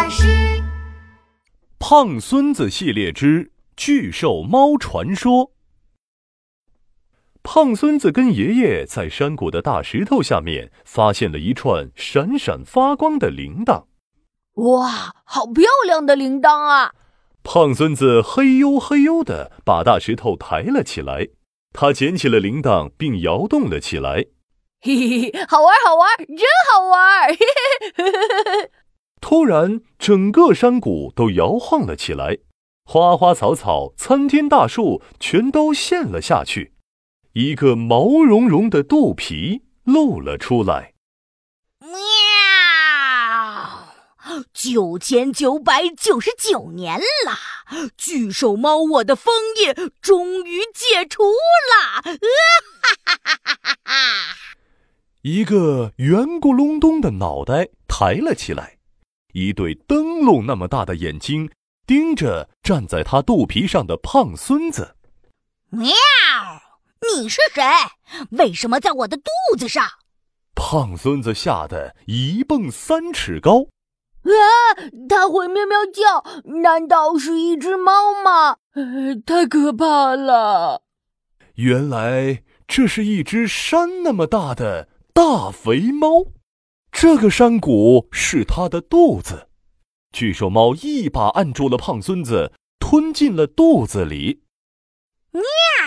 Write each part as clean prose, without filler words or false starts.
大师。 胖孙子系列之巨兽猫传说。胖孙子跟爷爷在山谷的大石头下面发现了一串闪闪发光的铃铛。 哇，好漂亮的铃铛啊！ 胖孙子嘿呦嘿呦地把大石头抬了起来，他捡起了铃铛并摇动了起来。 嘿嘿嘿，好玩好玩，真好玩！嘿嘿嘿。 突然，整个山谷都摇晃了起来，花花草草、参天大树全都陷了下去，一个毛茸茸的肚皮露了出来。 喵！9999年了，巨兽猫，我的封印终于解除了！ 一个圆咕隆咚的脑袋抬了起来，一对灯笼那么大的眼睛盯着站在他肚皮上的胖孙子。 喵！你是谁？为什么在我的肚子上？ 胖孙子吓得1蹦3尺高。 啊！它会喵喵叫，难道是一只猫吗？太可怕了！ 原来这是一只山那么大的大肥猫，这个山谷是它的肚子。巨兽猫一把按住了胖孙子，吞进了肚子里。 喵！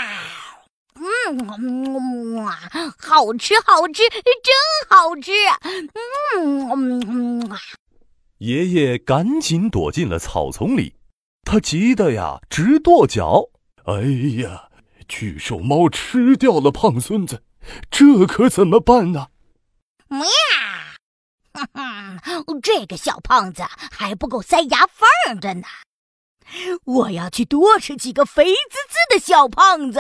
好吃好吃，真好吃！ 爷爷赶紧躲进了草丛里，他急得呀直跺脚。哎呀，巨兽猫吃掉了胖孙子，这可怎么办呢？ 喵！这个小胖子还不够塞牙缝的呢，我要去多吃几个肥滋滋的小胖子！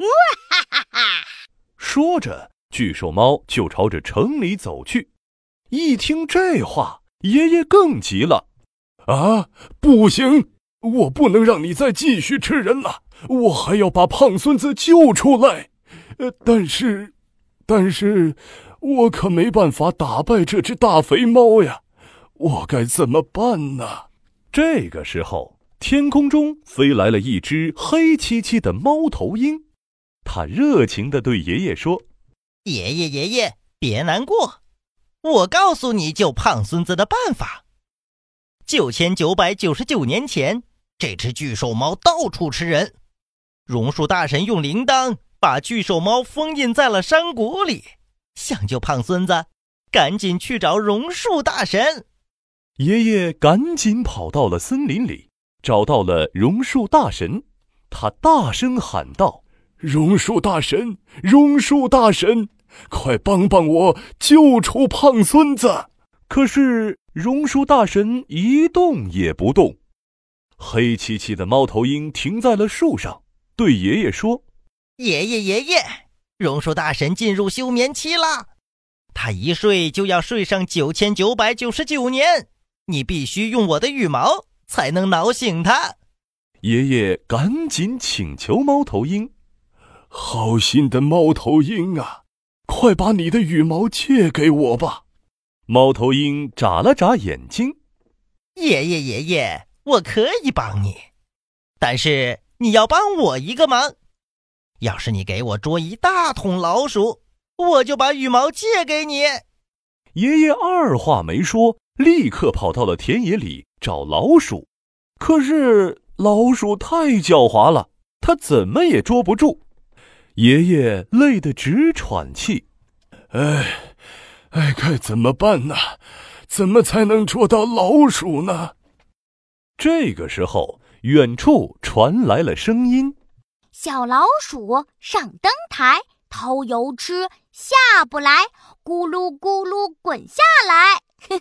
说着，巨兽猫就朝着城里走去。一听这话，爷爷更急了。啊，不行，我不能让你再继续吃人了，我还要把胖孙子救出来。但是我可没办法打败这只大肥猫呀，我该怎么办呢？这个时候，天空中飞来了一只黑漆漆的猫头鹰，它热情地对爷爷说： 爷爷，别难过，我告诉你救胖孙子的办法。9999年前，这只巨兽猫到处吃人，榕树大神用铃铛把巨兽猫封印在了山谷里。想救胖孙子，赶紧去找榕树大神。 爷爷赶紧跑到了森林里，找到了榕树大神。他大声喊道：榕树大神，榕树大神，快帮帮我救出胖孙子！可是榕树大神一动也不动。黑漆漆的猫头鹰停在了树上，对爷爷说： 爷爷，榕树大神进入休眠期了，他一睡就要睡上9999年，你必须用我的羽毛才能挠醒他。 爷爷赶紧请求猫头鹰：好心的猫头鹰啊，快把你的羽毛借给我吧。猫头鹰眨了眨眼睛： 爷爷，我可以帮你，但是你要帮我一个忙。要是你给我捉一大桶老鼠，我就把羽毛借给你。 爷爷二话没说，立刻跑到了田野里找老鼠。可是老鼠太狡猾了，他怎么也捉不住。爷爷累得直喘气。该怎么办呢？怎么才能捉到老鼠呢？这个时候，远处传来了声音： 小老鼠上灯台，偷油吃，下不来，咕噜咕噜滚下来。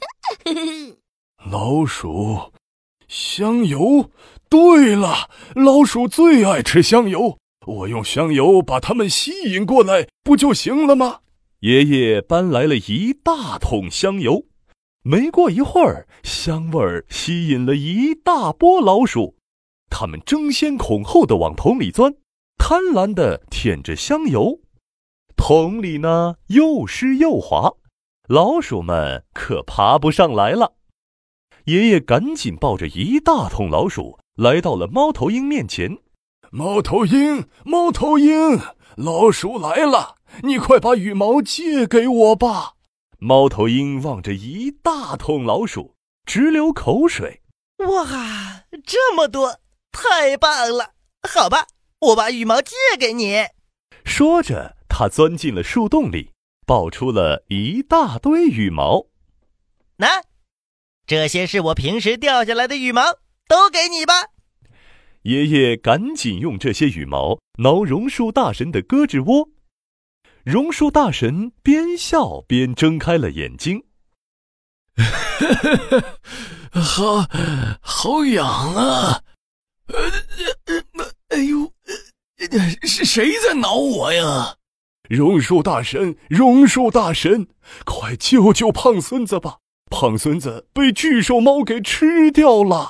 老鼠，香油。对了，老鼠最爱吃香油，我用香油把它们吸引过来，不就行了吗？爷爷搬来了一大桶香油，没过一会儿，香味儿吸引了一大波老鼠，它们争先恐后地往桶里钻，贪婪地舔着香油。桶里呢，又湿又滑，老鼠们可爬不上来了。 爷爷赶紧抱着一大桶老鼠来到了猫头鹰面前。猫头鹰，猫头鹰，老鼠来了，你快把羽毛借给我吧。猫头鹰望着一大桶老鼠，直流口水。 哇，这么多，太棒了！好吧，我把羽毛借给你。 说着，他钻进了树洞里，抱出了一大堆羽毛。 那，这些是我平时掉下来的羽毛，都给你吧。 爷爷赶紧用这些羽毛挠榕树大神的胳肢窝。榕树大神边笑边睁开了眼睛。 好痒啊！哎呦，是谁在挠我呀？ 榕树大神，榕树大神，快救救胖孙子吧！胖孙子被巨兽猫给吃掉了。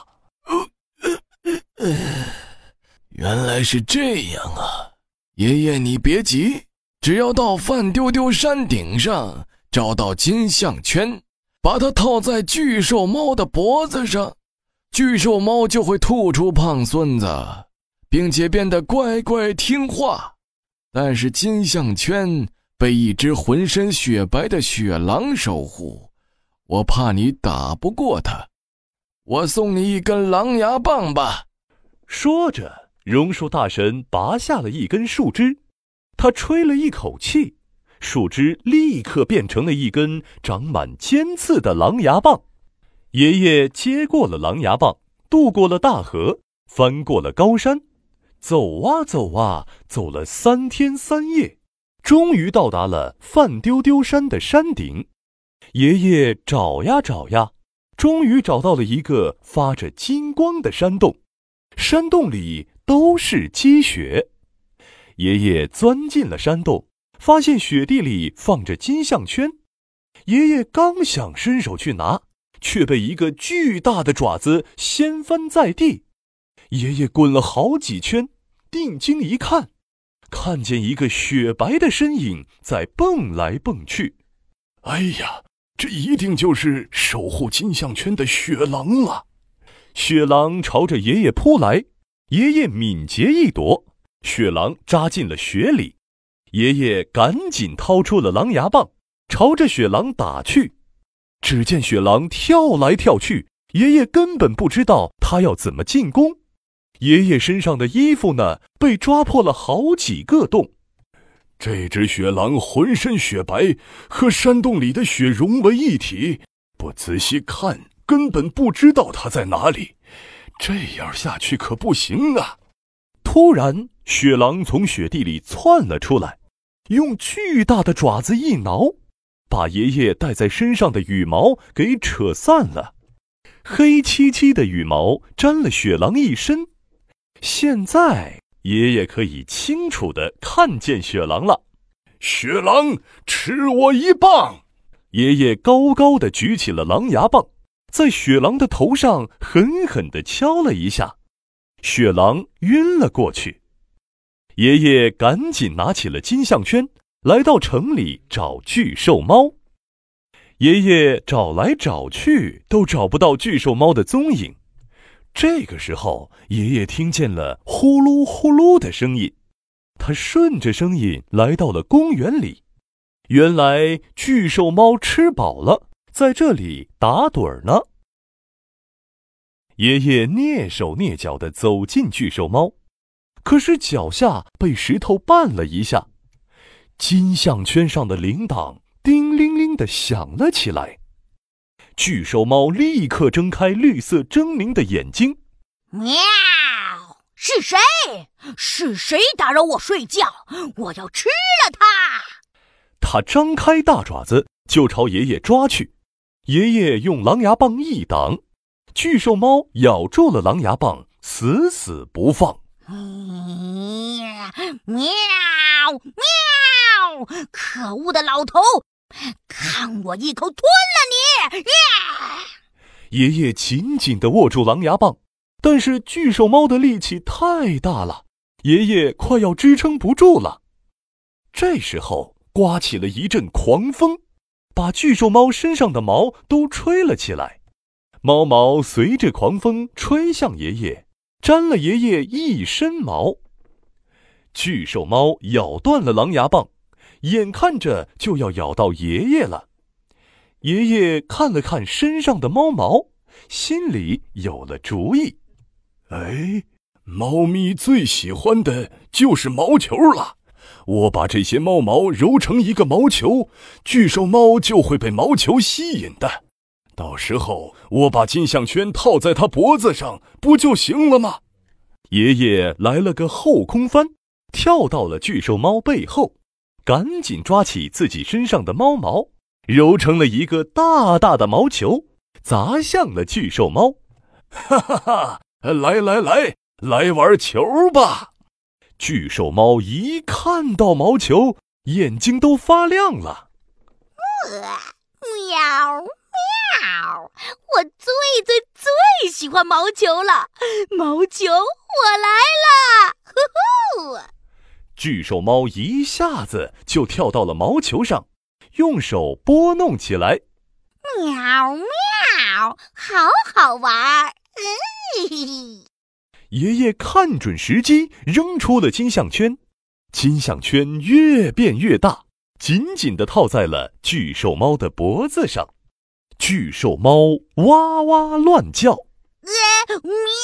原来是这样啊！爷爷你别急，只要到范丢丢山顶上找到金项圈，把它套在巨兽猫的脖子上，巨兽猫就会吐出胖孙子，并且变得乖乖听话。但是金项圈被一只浑身雪白的雪狼守护，我怕你打不过它，我送你一根狼牙棒吧。 说着，榕树大神拔下了一根树枝，他吹了一口气，树枝立刻变成了一根长满尖刺的狼牙棒。爷爷接过了狼牙棒，渡过了大河，翻过了高山，走啊走啊，走了3天3夜，终于到达了范丢丢山的山顶。爷爷找呀找呀，终于找到了一个发着金光的山洞，山洞里都是积雪。爷爷钻进了山洞，发现雪地里放着金项圈。爷爷刚想伸手去拿，却被一个巨大的爪子掀翻在地。爷爷滚了好几圈，定睛一看，看见一个雪白的身影在蹦来蹦去。哎呀，这一定就是守护金项圈的雪狼了。雪狼朝着爷爷扑来，爷爷敏捷一躲，雪狼扎进了雪里。爷爷赶紧掏出了狼牙棒，朝着雪狼打去。只见雪狼跳来跳去，爷爷根本不知道他要怎么进攻。爷爷身上的衣服呢，被抓破了好几个洞。这只雪狼浑身雪白，和山洞里的雪融为一体，不仔细看根本不知道它在哪里。这样下去可不行啊！突然，雪狼从雪地里窜了出来，用巨大的爪子一挠，把爷爷戴在身上的羽毛给扯散了。黑漆漆的羽毛沾了雪狼一身。现在爷爷可以清楚地看见雪狼了。雪狼，吃我一棒！爷爷高高地举起了狼牙棒，在雪狼的头上狠狠地敲了一下，雪狼晕了过去。爷爷赶紧拿起了金项圈，来到城里找巨兽猫。爷爷找来找去都找不到巨兽猫的踪影。这个时候，爷爷听见了呼噜呼噜的声音，他顺着声音来到了公园里。原来巨兽猫吃饱了，在这里打盹呢。爷爷蹑手蹑脚地走进巨兽猫，可是脚下被石头绊了一下，金项圈上的铃铛叮铃铃地响了起来。巨兽猫立刻睁开绿色狰狞的眼睛。 喵！是谁？是谁打扰我睡觉？我要吃了它！ 它张开大爪子就朝爷爷抓去。爷爷用狼牙棒一挡，巨兽猫咬住了狼牙棒，死死不放。 喵！喵！可恶的老头！看我一口吞了你！ 爷爷紧紧地握住狼牙棒，但是巨兽猫的力气太大了，爷爷快要支撑不住了。这时候刮起了一阵狂风，把巨兽猫身上的毛都吹了起来。 猫毛随着狂风吹向爷爷，沾了爷爷一身毛。巨兽猫咬断了狼牙棒，眼看着就要咬到爷爷了。爷爷看了看身上的猫毛，心里有了主意。猫咪最喜欢的就是毛球了。我把这些猫毛揉成一个毛球，巨兽猫就会被毛球吸引的。到时候我把金项圈套在它脖子上，不就行了吗？爷爷来了个后空翻，跳到了巨兽猫背后，赶紧抓起自己身上的猫毛，揉成了一个大大的毛球，砸向了巨兽猫。哈哈哈，来玩球吧！巨兽猫一看到毛球，眼睛都发亮了。 喵喵！我最喜欢毛球了，毛球我来了！呼呼！ 巨兽猫一下子就跳到了毛球上，用手拨弄起来。 喵喵，好好玩！ 爷爷看准时机，扔出了金项圈。金项圈越变越大，紧紧地套在了巨兽猫的脖子上。巨兽猫哇哇乱叫， 喵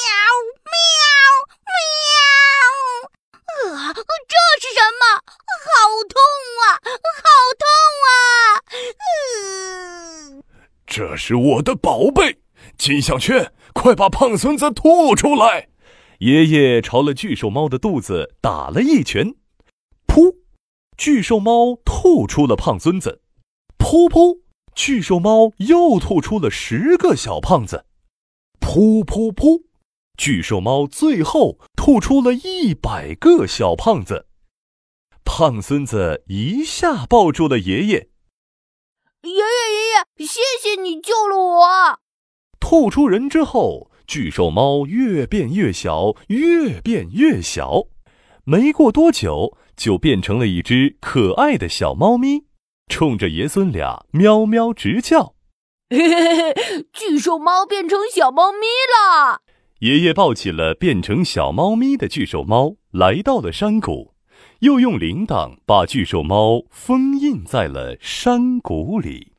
喵！这是什么？好痛啊！好痛啊！ 这是我的宝贝金项圈，快把胖孙子吐出来！爷爷朝了巨兽猫的肚子打了一拳，噗！巨兽猫吐出了胖孙子，噗噗！巨兽猫又吐出了10个小胖子，噗噗噗！巨兽猫最后吐出了100个小胖子。胖孙子一下抱住了爷爷。 爷爷，谢谢你救了我！ 吐出人之后，巨兽猫越变越小，越变越小，没过多久就变成了一只可爱的小猫咪，冲着爷孙俩喵喵直叫。 巨兽猫变成小猫咪了！ 爷爷抱起了变成小猫咪的巨兽猫，来到了山谷，又用铃铛把巨兽猫封印在了山谷里。